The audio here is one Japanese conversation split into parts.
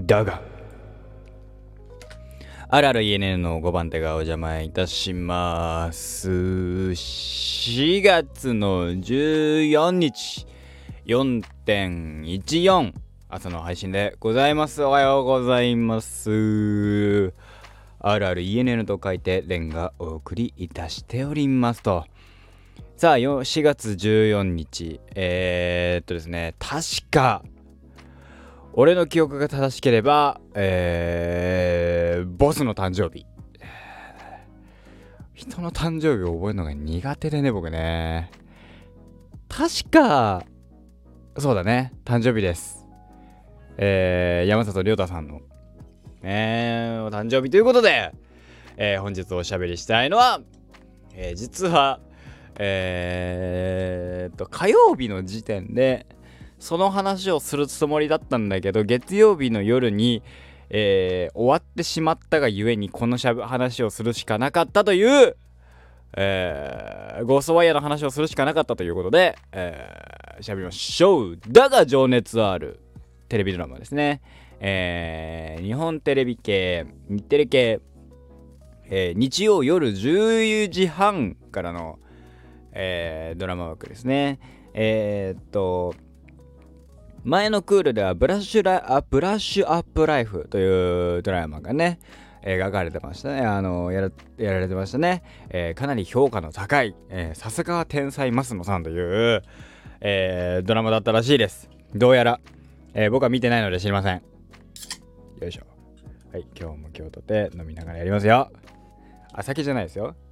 だがあるある ENN の5番手がお邪魔いたします。4月の14日 4.14 朝の配信でございます。おはようございます。あるある ENN と書いてレンがお送りいたしておりますと。さあ4月14日ですね、確か俺の記憶が正しければ、ボスの誕生日。人の誕生日を覚えるのが苦手でね、僕ね。確か、そうだね、誕生日です。山里亮太さんの、お誕生日ということで、本日おしゃべりしたいのは、実は、火曜日の時点で、その話をするつもりだったんだけど、月曜日の夜に、終わってしまったがゆえにこの話をするしかなかったという、ゴーストワイヤーの話をするしかなかったということで、しゃべりましょう。だが情熱あるテレビドラマですね。日本テレビ系、日テレ系、日曜夜10時半からの、ドラマ枠ですね。前のクールではブラッシュアップライフというドラマがね、描かれてましたね。やられてましたね。かなり評価の高い、さすがは天才増野さんという、ドラマだったらしいです。どうやら、僕は見てないので知りません。よいしょ。はい、今日も今日とて飲みながらやりますよ。酒じゃないですよ。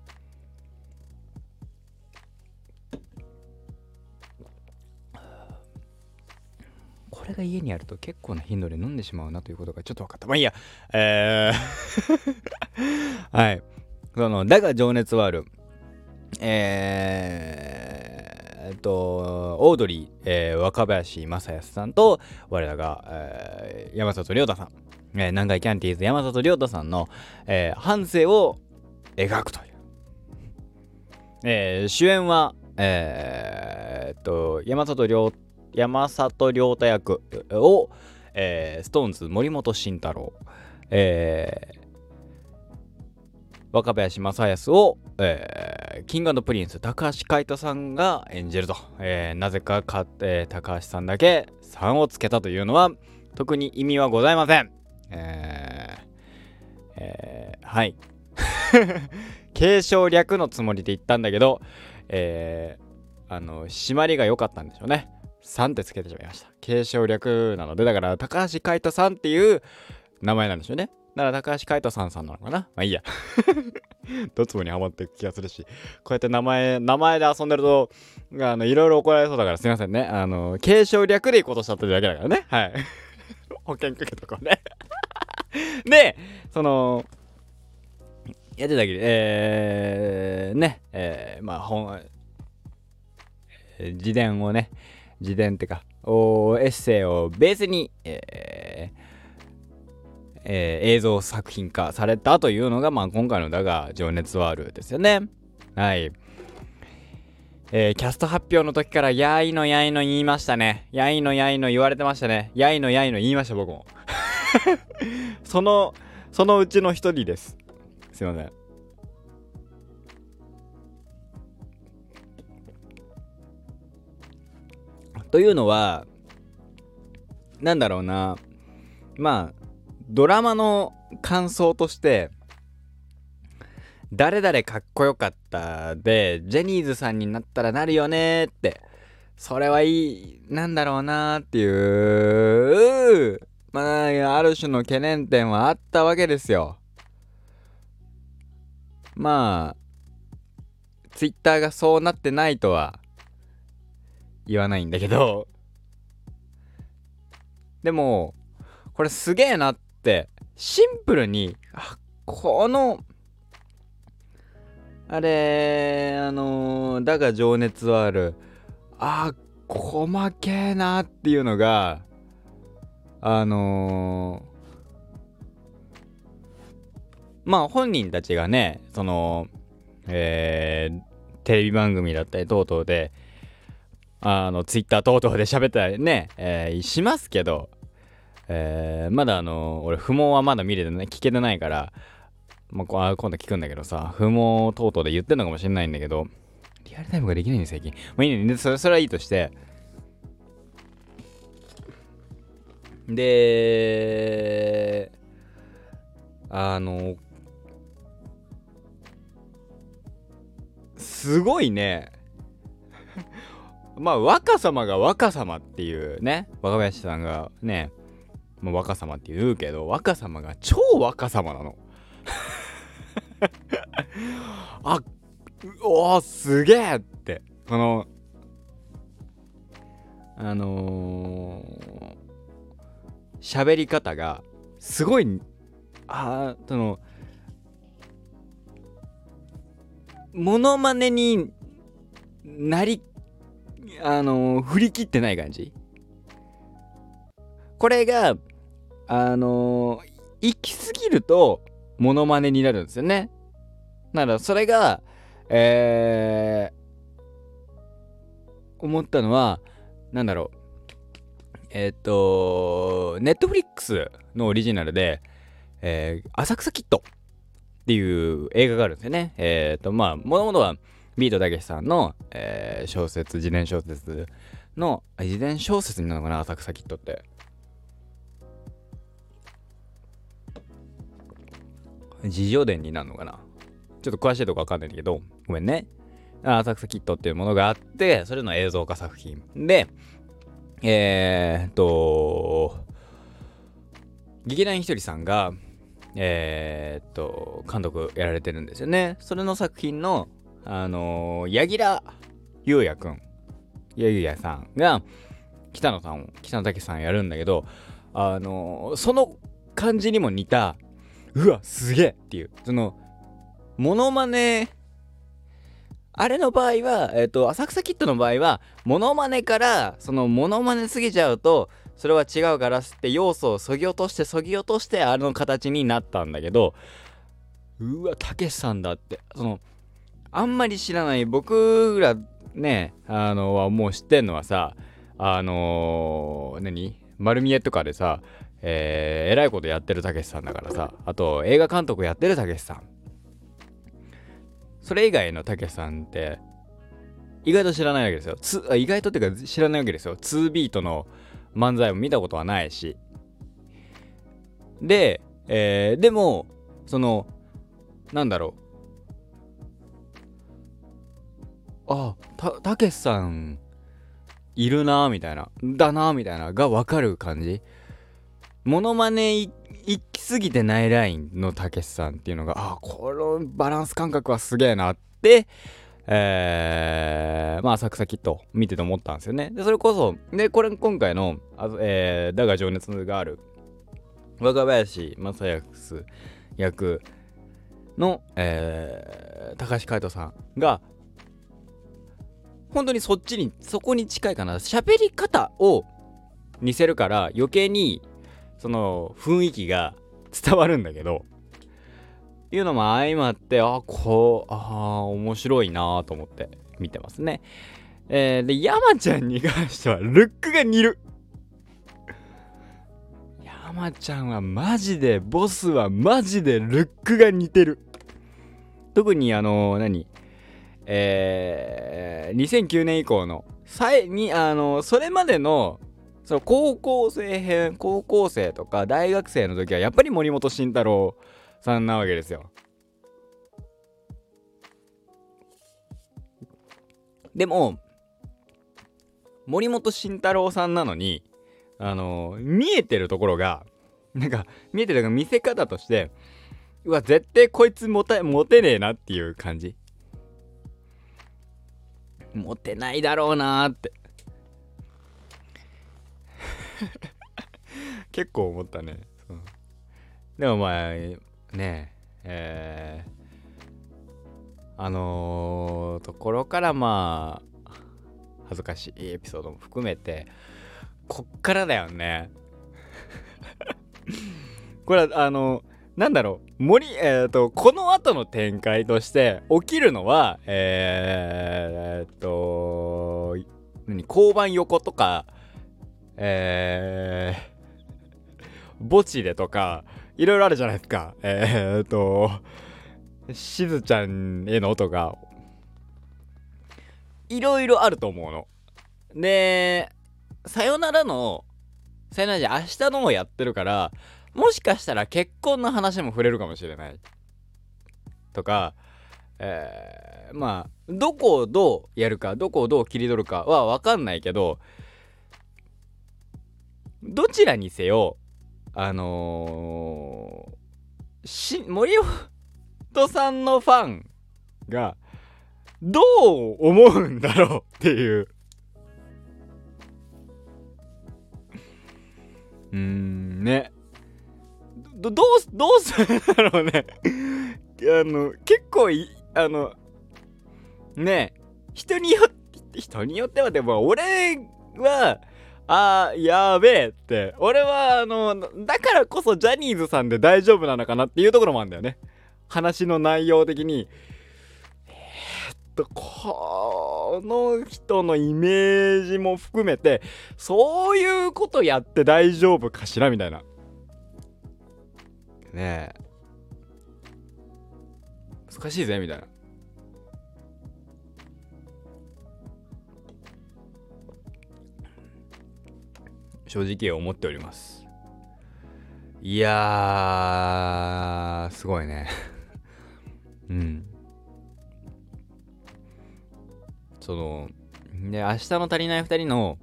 これが家にあると結構な頻度で飲んでしまうなということがちょっと分かった。まあいいや。はい。だが情熱はある。オードリー、若林正康さんと我らが、山里亮太さん、南海キャンティーズ山里亮太さんの、半生を描くという、主演は、山里亮太役を、ストーンズ森本慎太郎、若林正康を、キング&プリンス高橋海人さんが演じると、なぜか高橋さんだけ3をつけたというのは特に意味はございません。はい継承略のつもりで言ったんだけど、締まりが良かったんでしょうね。3ってつけてしまいました。継承略なので、だから高橋海人さんっていう名前なんでしょうね。だから高橋海人さんなのかな。まあいいやどつぼにハマっていく気がするし、こうやって名前で遊んでるといろいろ怒られそうだからすいませんね。継承略で行こうとしちゃってるだけだからね。はい保険かけとこうねでやってたけど自伝ってかエッセイをベースに、映像作品化されたというのが、今回のだが情熱はあるですよね。はい。キャスト発表の時からやいの言いましたね。やいの言われてましたね。やいの言いました僕もそのうちの一人です。すいません。というのはなんだろうな、ドラマの感想として誰々かっこよかったでジェニーズさんになったらなるよねって、それはいいなんだろうなっていうある種の懸念点はあったわけですよ。ツイッターがそうなってないとは言わないんだけど、でもこれすげえなってシンプルにこのだが情熱はある細けえなっていうのが本人たちがねテレビ番組だったり等々でツイッター等々で喋ったりね、しますけど、 まだ俺不毛はまだ見れてない聞けてないから、今度聞くんだけどさ、不毛等々で言ってんのかもしれないんだけど、リアルタイムができないんです最近。まあいいね、それはいいとして、ですごいね。まあ若様が若様っていうね、若林さんがね、まあ、若様って言うけど、若様が超若様なの。あ、おーすげえって、この喋り方がすごい、モノマネになり振り切ってない感じ。これが行き過ぎるとモノマネになるんですよね。ならそれが思ったのはなんだろう、ネットフリックスのオリジナルで、浅草キッドっていう映画があるんですよね。まあもともとはビートたけしさんの、小説、自伝小説の自伝小説になるのかな、浅草キッドって。自叙伝になるのかな、ちょっと詳しいとこわかんないんだけど、ごめんね。浅草キッドっていうものがあって、それの映像化作品で、劇団ひとりさんが監督やられてるんですよね。それの作品の柳楽優弥くん、優弥さんが北野武さんやるんだけど、その感じにも似た、うわすげえっていう、そのモノマネ、あれの場合は浅草キッドの場合はモノマネから、そのモノマネすぎちゃうとそれは違うからって要素をそぎ落としてあの形になったんだけど、うわたけしさんだって、あんまり知らない僕らね、はもう知ってんのはさ、丸見えとかでさ、えらいことやってるたけしさんだからさ、あと映画監督やってるたけしさん、それ以外のたけしさんって意外と知らないわけですよ。意外とっていうか知らないわけですよ。2ビートの漫才を見たことはないし。で、でもなんだろう、たけしさんいるなみたいな、だなみたいなが分かる感じ。モノマネ行き過ぎてないラインのたけしさんっていうのが、このバランス感覚はすげえなって、まあ浅草キッド見てて思ったんですよね。でそれこそでこれ今回のだが情熱がある若林正康役の、高橋海人さんが本当にそこに近いかな。喋り方を似せるから余計にその雰囲気が伝わるんだけど、いうのも相まって面白いなと思って見てますね。で山ちゃんに関してはルックが似る。山ちゃんはマジで、ボスはマジでルックが似てる。特に2009年以降のそれまでのその高校生とか大学生の時はやっぱり森本慎太郎さんなわけですよ。でも森本慎太郎さんなのに見えてるところが見えてるのが見せ方として、うわ絶対こいつモテねえなっていう感じ。モテないだろうなーって結構思ったね。でもまあねところからまあ恥ずかしいエピソードも含めてこっからだよねこれはなんだろう、この後の展開として起きるのは交番横とかボチレとかいろいろあるじゃないですか。しずちゃんへのとかいろいろあると思うので、さよならじゃ明日のもやってるから、もしかしたら結婚の話も触れるかもしれないとか、まあどこをどうやるか、どこをどう切り取るかは分かんないけど、どちらにせよ森本さんのファンがどう思うんだろうっていうね、どうするんだろうね結構ね、人によっては、でも俺はやべえって、俺はだからこそジャニーズさんで大丈夫なのかなっていうところもあるんだよね。話の内容的にこの人のイメージも含めてそういうことやって大丈夫かしらみたいなねえ、難しいぜみたいな。正直思っております。いやーすごいねうんで、明日の足りない2人の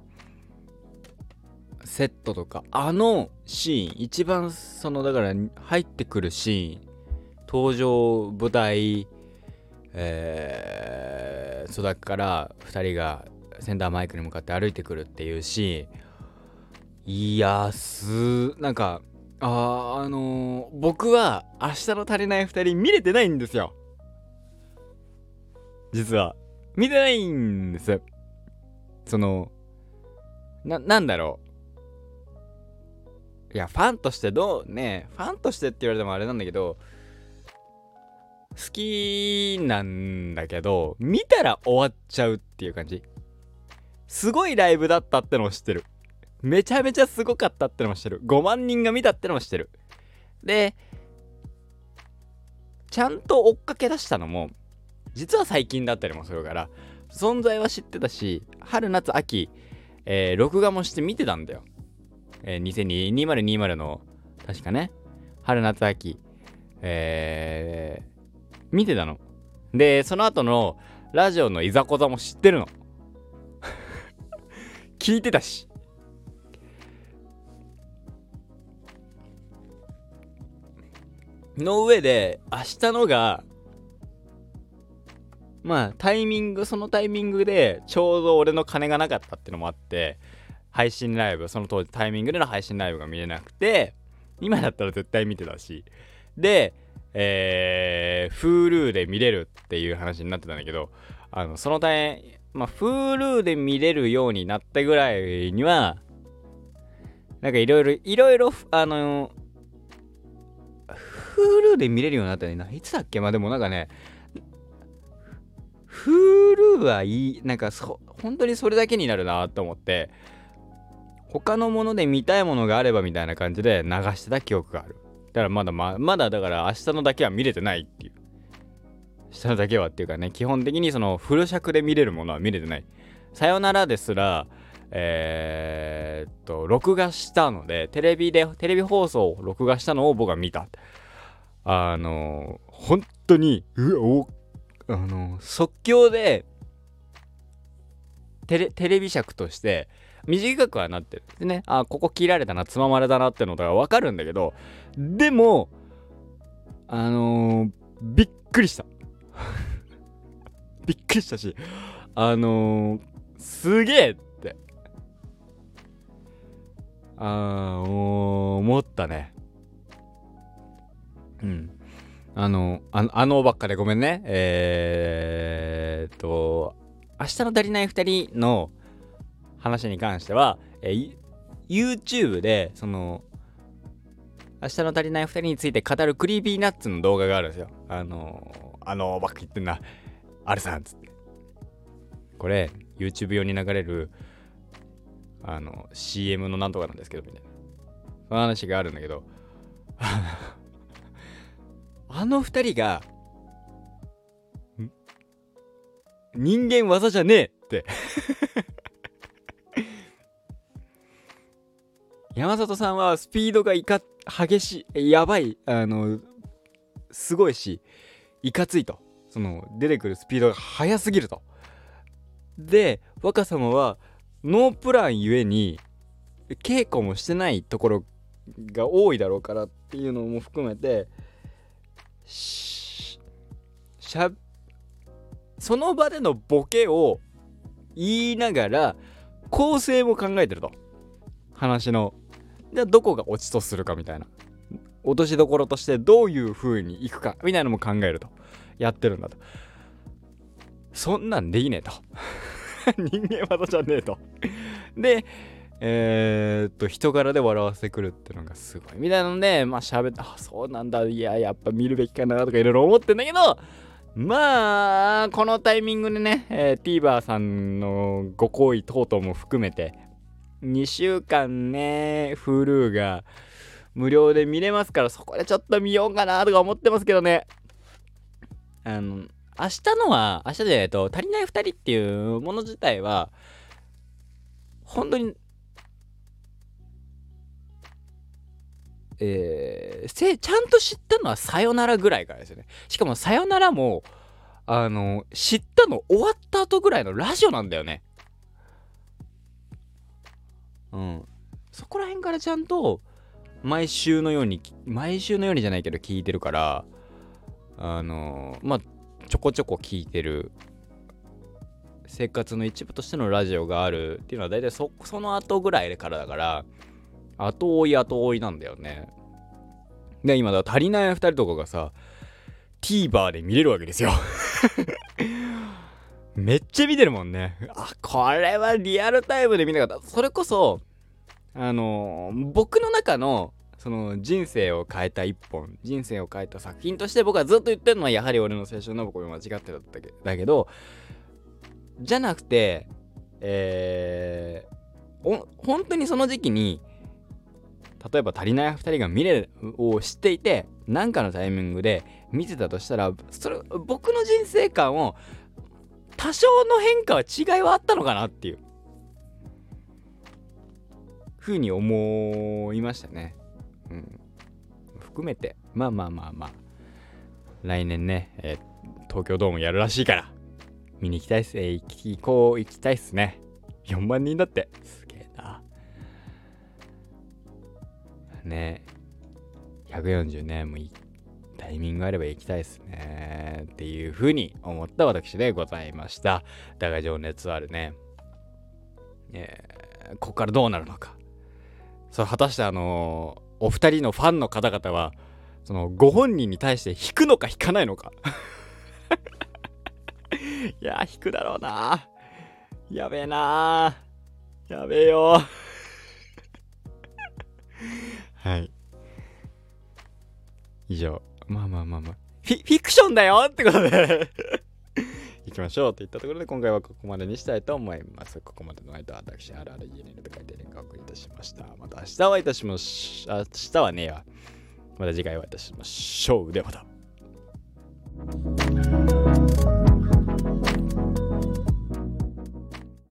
セットとかシーン、一番だから入ってくるシーン、登場舞台そうだから2人がセンターマイクに向かって歩いてくるっていうシーン、いやなんか僕は明日の足りない2人見れてないんですよ。実は見てないんです。なんだろう、いやファンとしてファンとしてって言われてもあれなんだけど、好きなんだけど見たら終わっちゃうっていう感じ。すごいライブだったってのを知ってる。めちゃめちゃすごかったってのも知ってる。5万人が見たってのも知ってる。でちゃんと追っかけ出したのも実は最近だったりもするから、存在は知ってたし、春夏秋、録画もして見てたんだよ。2020の確かね、春夏秋、見てたの。でその後のラジオのいざこざも知ってるの聞いてたし、の上で明日のがそのタイミングでちょうど俺の金がなかったってのもあって、配信ライブ、その当時タイミングでの配信ライブが見れなくて、今だったら絶対見てたし、でHulu で見れるっていう話になってたんだけど、Hulu で見れるようになったぐらいにはなんかいろいろHulu で見れるようになったね。いつだっけ。でもなんかね、Hulu はいい、本当にそれだけになるなと思って、他のもので見たいものがあればみたいな感じで流してた記憶がある。だからまだだから明日のだけは見れてないっていう。明日のだけはっていうかね、基本的にフル尺で見れるものは見れてない。さよならですら録画したので、テレビ放送を録画したのを僕は見た。本当に即興でテレビ尺として短くはなってるでね、ここ切られたな、つままれだなってのとか分かるんだけど、でもびっくりしたびっくりしたし、すげえって思ったね。ばっかでごめんね。明日の足りない2人の話に関しては、YouTube で明日の足りない2人について語るクリーピーナッツの動画があるんですよ。ばっか言ってんな、あれさんっつって、これ YouTube 用に流れるCM のなんとかなんですけどみたいな。 その話があるんだけどあの二人が人間技じゃねえって山里さんはスピードが激しい、やばい、すごいし、いかついと。その出てくるスピードが速すぎると。で、若様はノープランゆえに稽古もしてないところが多いだろうからっていうのも含めて、その場でのボケを言いながら構成も考えてると。話のじゃあどこがオチとするかみたいな、落としどころとしてどういう風にいくかみたいなのも考えるとやってるんだと。そんなんでいいねと人間技じゃねえとで人柄で笑わせてくるってのがすごいみたいなので、まあ喋って、あ、そうなんだ、いややっぱ見るべきかなとかいろいろ思ってんだけど、まあこのタイミングでね、TVer さんのご好意等々も含めて2週間ね Hulu が無料で見れますから、そこでちょっと見ようかなとか思ってますけどね。明日で足りない2人っていうもの自体は本当にちゃんと知ったのはさよならぐらいからですよね。しかもさよならも知ったの終わった後ぐらいのラジオなんだよね。そこら辺からちゃんと毎週のようにじゃないけど聞いてるから、まあちょこちょこ聞いてる生活の一部としてのラジオがあるっていうのは大体その後ぐらいからだから、後追いなんだよね。で今だ足りない2人とかがさ TVer で見れるわけですよめっちゃ見てるもんね。これはリアルタイムで見なかった。それこそ僕の中のその人生を変えた作品として僕はずっと言ってるのはやはり俺の青春信子が間違ってただけど、じゃなくて本当にその時期に例えば足りない2人が見れるを知っていて何かのタイミングで見てたとしたら、それ僕の人生観を多少の変化は違いはあったのかなっていう風に思いましたね。含めてまあ来年ね、東京ドームやるらしいから見に行きたいっす。行きたいっすね。4万人だって、すげえなね。140ね、もうタイミングあれば行きたいっすねっていう風に思った私でございました。だが情熱あるね。ここからどうなるのか。果たしてお二人のファンの方々はそのご本人に対して引くのか引かないのかいや引くだろうな。やべえな。やべえよはい以上、まあフィクションだよってことで行きましょうといったところで今回はここまでにしたいと思います。ここまでの間私あるある家にいると書いて連絡をいたしました。また明日はねえわ。また次回お会いいたしましょう。ではまた。